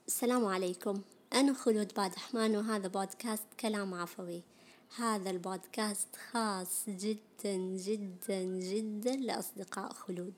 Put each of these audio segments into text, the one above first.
السلام عليكم. أنا خلود بادحمان وهذا بودكاست كلام عفوي. هذا البودكاست خاص جدا جدا جدا لأصدقاء خلود.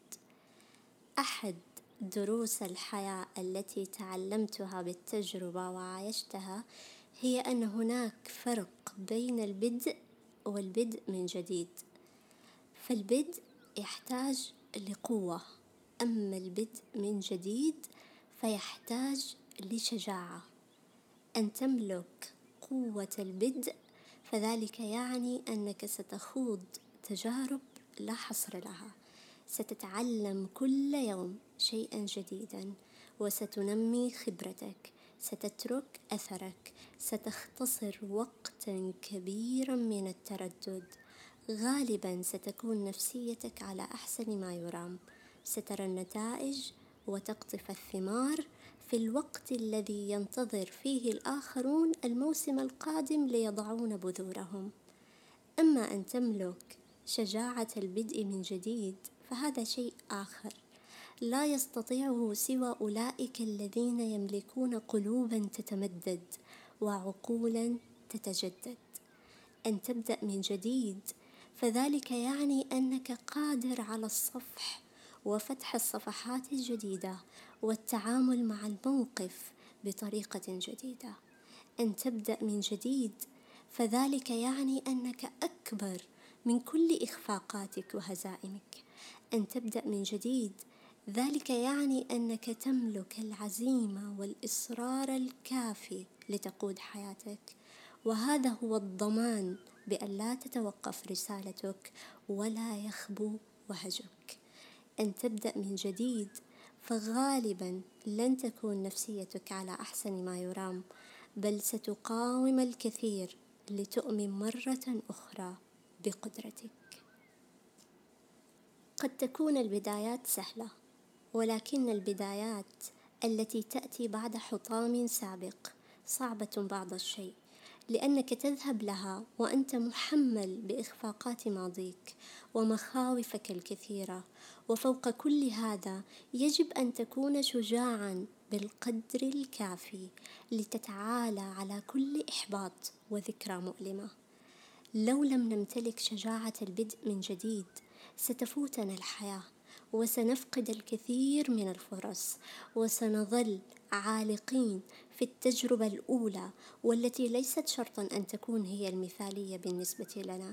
أحد دروس الحياة التي تعلمتها بالتجربة وعايشتها هي أن هناك فرق بين البدء والبدء من جديد. فالبدء يحتاج لقوة، أما البدء من جديد فيحتاج لشجاعة. أن تملك قوة البدء فذلك يعني أنك ستخوض تجارب لا حصر لها، ستتعلم كل يوم شيئا جديدا، وستنمي خبرتك، ستترك أثرك، ستختصر وقتا كبيرا من التردد. غالبا ستكون نفسيتك على أحسن ما يرام، سترى النتائج وتقطف الثمار في الوقت الذي ينتظر فيه الآخرون الموسم القادم ليضعون بذورهم. أما أن تملك شجاعة البدء من جديد فهذا شيء آخر، لا يستطيعه سوى أولئك الذين يملكون قلوبا تتمدد وعقولا تتجدد. أن تبدأ من جديد فذلك يعني أنك قادر على الصفح وفتح الصفحات الجديدة والتعامل مع الموقف بطريقة جديدة. أن تبدأ من جديد فذلك يعني أنك أكبر من كل إخفاقاتك وهزائمك. أن تبدأ من جديد ذلك يعني أنك تملك العزيمة والإصرار الكافي لتقود حياتك، وهذا هو الضمان بأن لا تتوقف رسالتك ولا يخبو وهجك. أن تبدأ من جديد فغالبا لن تكون نفسيتك على أحسن ما يرام، بل ستقاوم الكثير لتؤمن مرة أخرى بقدرتك. قد تكون البدايات سهلة، ولكن البدايات التي تأتي بعد حطام سابق صعبة بعض الشيء، لأنك تذهب لها وأنت محمل بإخفاقات ماضيك ومخاوفك الكثيرة. وفوق كل هذا يجب أن تكون شجاعا بالقدر الكافي لتتعالى على كل إحباط وذكرى مؤلمة. لو لم نمتلك شجاعة البدء من جديد ستفوتنا الحياة، وسنفقد الكثير من الفرص، وسنظل عالقين في التجربة الأولى والتي ليست شرطا أن تكون هي المثالية بالنسبة لنا.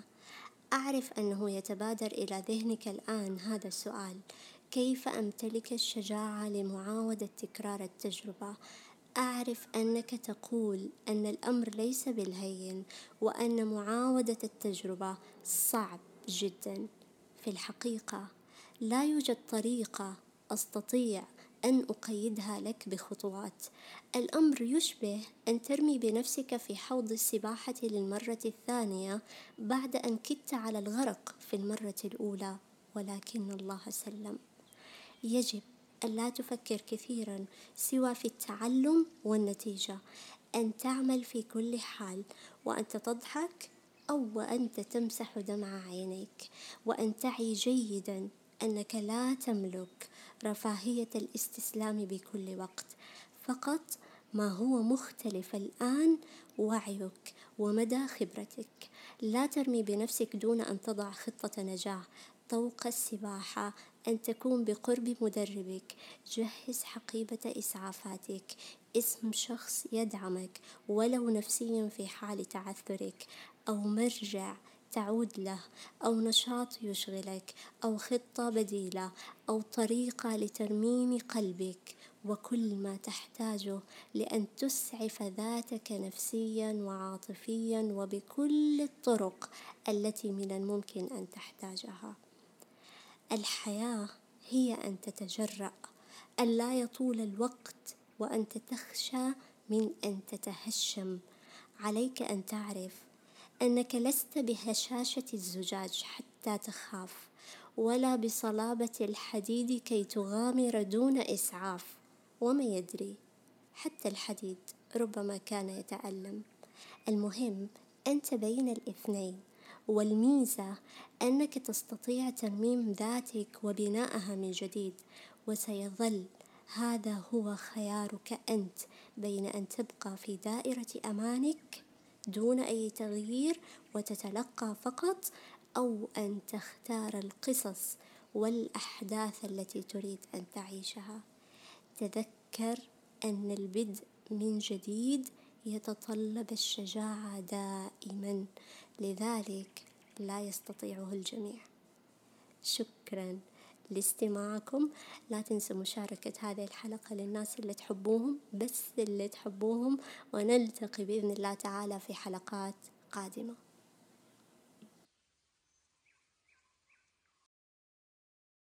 أعرف أنه يتبادر إلى ذهنك الآن هذا السؤال: كيف أمتلك الشجاعة لمعاودة تكرار التجربة؟ أعرف أنك تقول أن الأمر ليس بالهين، وأن معاودة التجربة صعب جدا. في الحقيقة لا يوجد طريقة أستطيع أن أقيدها لك بخطوات. الأمر يشبه أن ترمي بنفسك في حوض السباحة للمرة الثانية بعد أن كدت على الغرق في المرة الأولى، ولكن الله سلم. يجب أن لا تفكر كثيرا سوى في التعلم والنتيجة، أن تعمل في كل حال وأنت تضحك أو وأنت تمسح دمع عينيك، وأن تعي جيدا أنك لا تملك رفاهية الاستسلام بكل وقت. فقط ما هو مختلف الآن وعيك ومدى خبرتك. لا ترمي بنفسك دون أن تضع خطة نجاة. طوق السباحة أن تكون بقرب مدربك، جهز حقيبة إسعافاتك، اسم شخص يدعمك ولو نفسيا في حال تعثرك، أو مرجع تعود له، أو نشاط يشغلك، أو خطة بديلة، أو طريقة لترميم قلبك، وكل ما تحتاجه لأن تسعف ذاتك نفسيا وعاطفيا وبكل الطرق التي من الممكن أن تحتاجها. الحياة هي أن تتجرأ، أن لا يطول الوقت وأنت تخشى من أن تتهشم. عليك أن تعرف أنك لست بهشاشة الزجاج حتى تخاف، ولا بصلابة الحديد كي تغامر دون إسعاف. وما يدري، حتى الحديد ربما كان يتألم. المهم أنت بين الاثنين، والميزة أنك تستطيع ترميم ذاتك وبنائها من جديد. وسيظل هذا هو خيارك أنت، بين أن تبقى في دائرة أمانك دون أي تغيير وتتلقى فقط، أو أن تختار القصص والأحداث التي تريد أن تعيشها. تذكر أن البدء من جديد يتطلب الشجاعة دائما، لذلك لا يستطيعه الجميع. شكرا لاستماعكم. لا تنسوا مشاركة هذه الحلقة للناس اللي تحبوهم، بس اللي تحبوهم، ونلتقي بإذن الله تعالى في حلقات قادمة.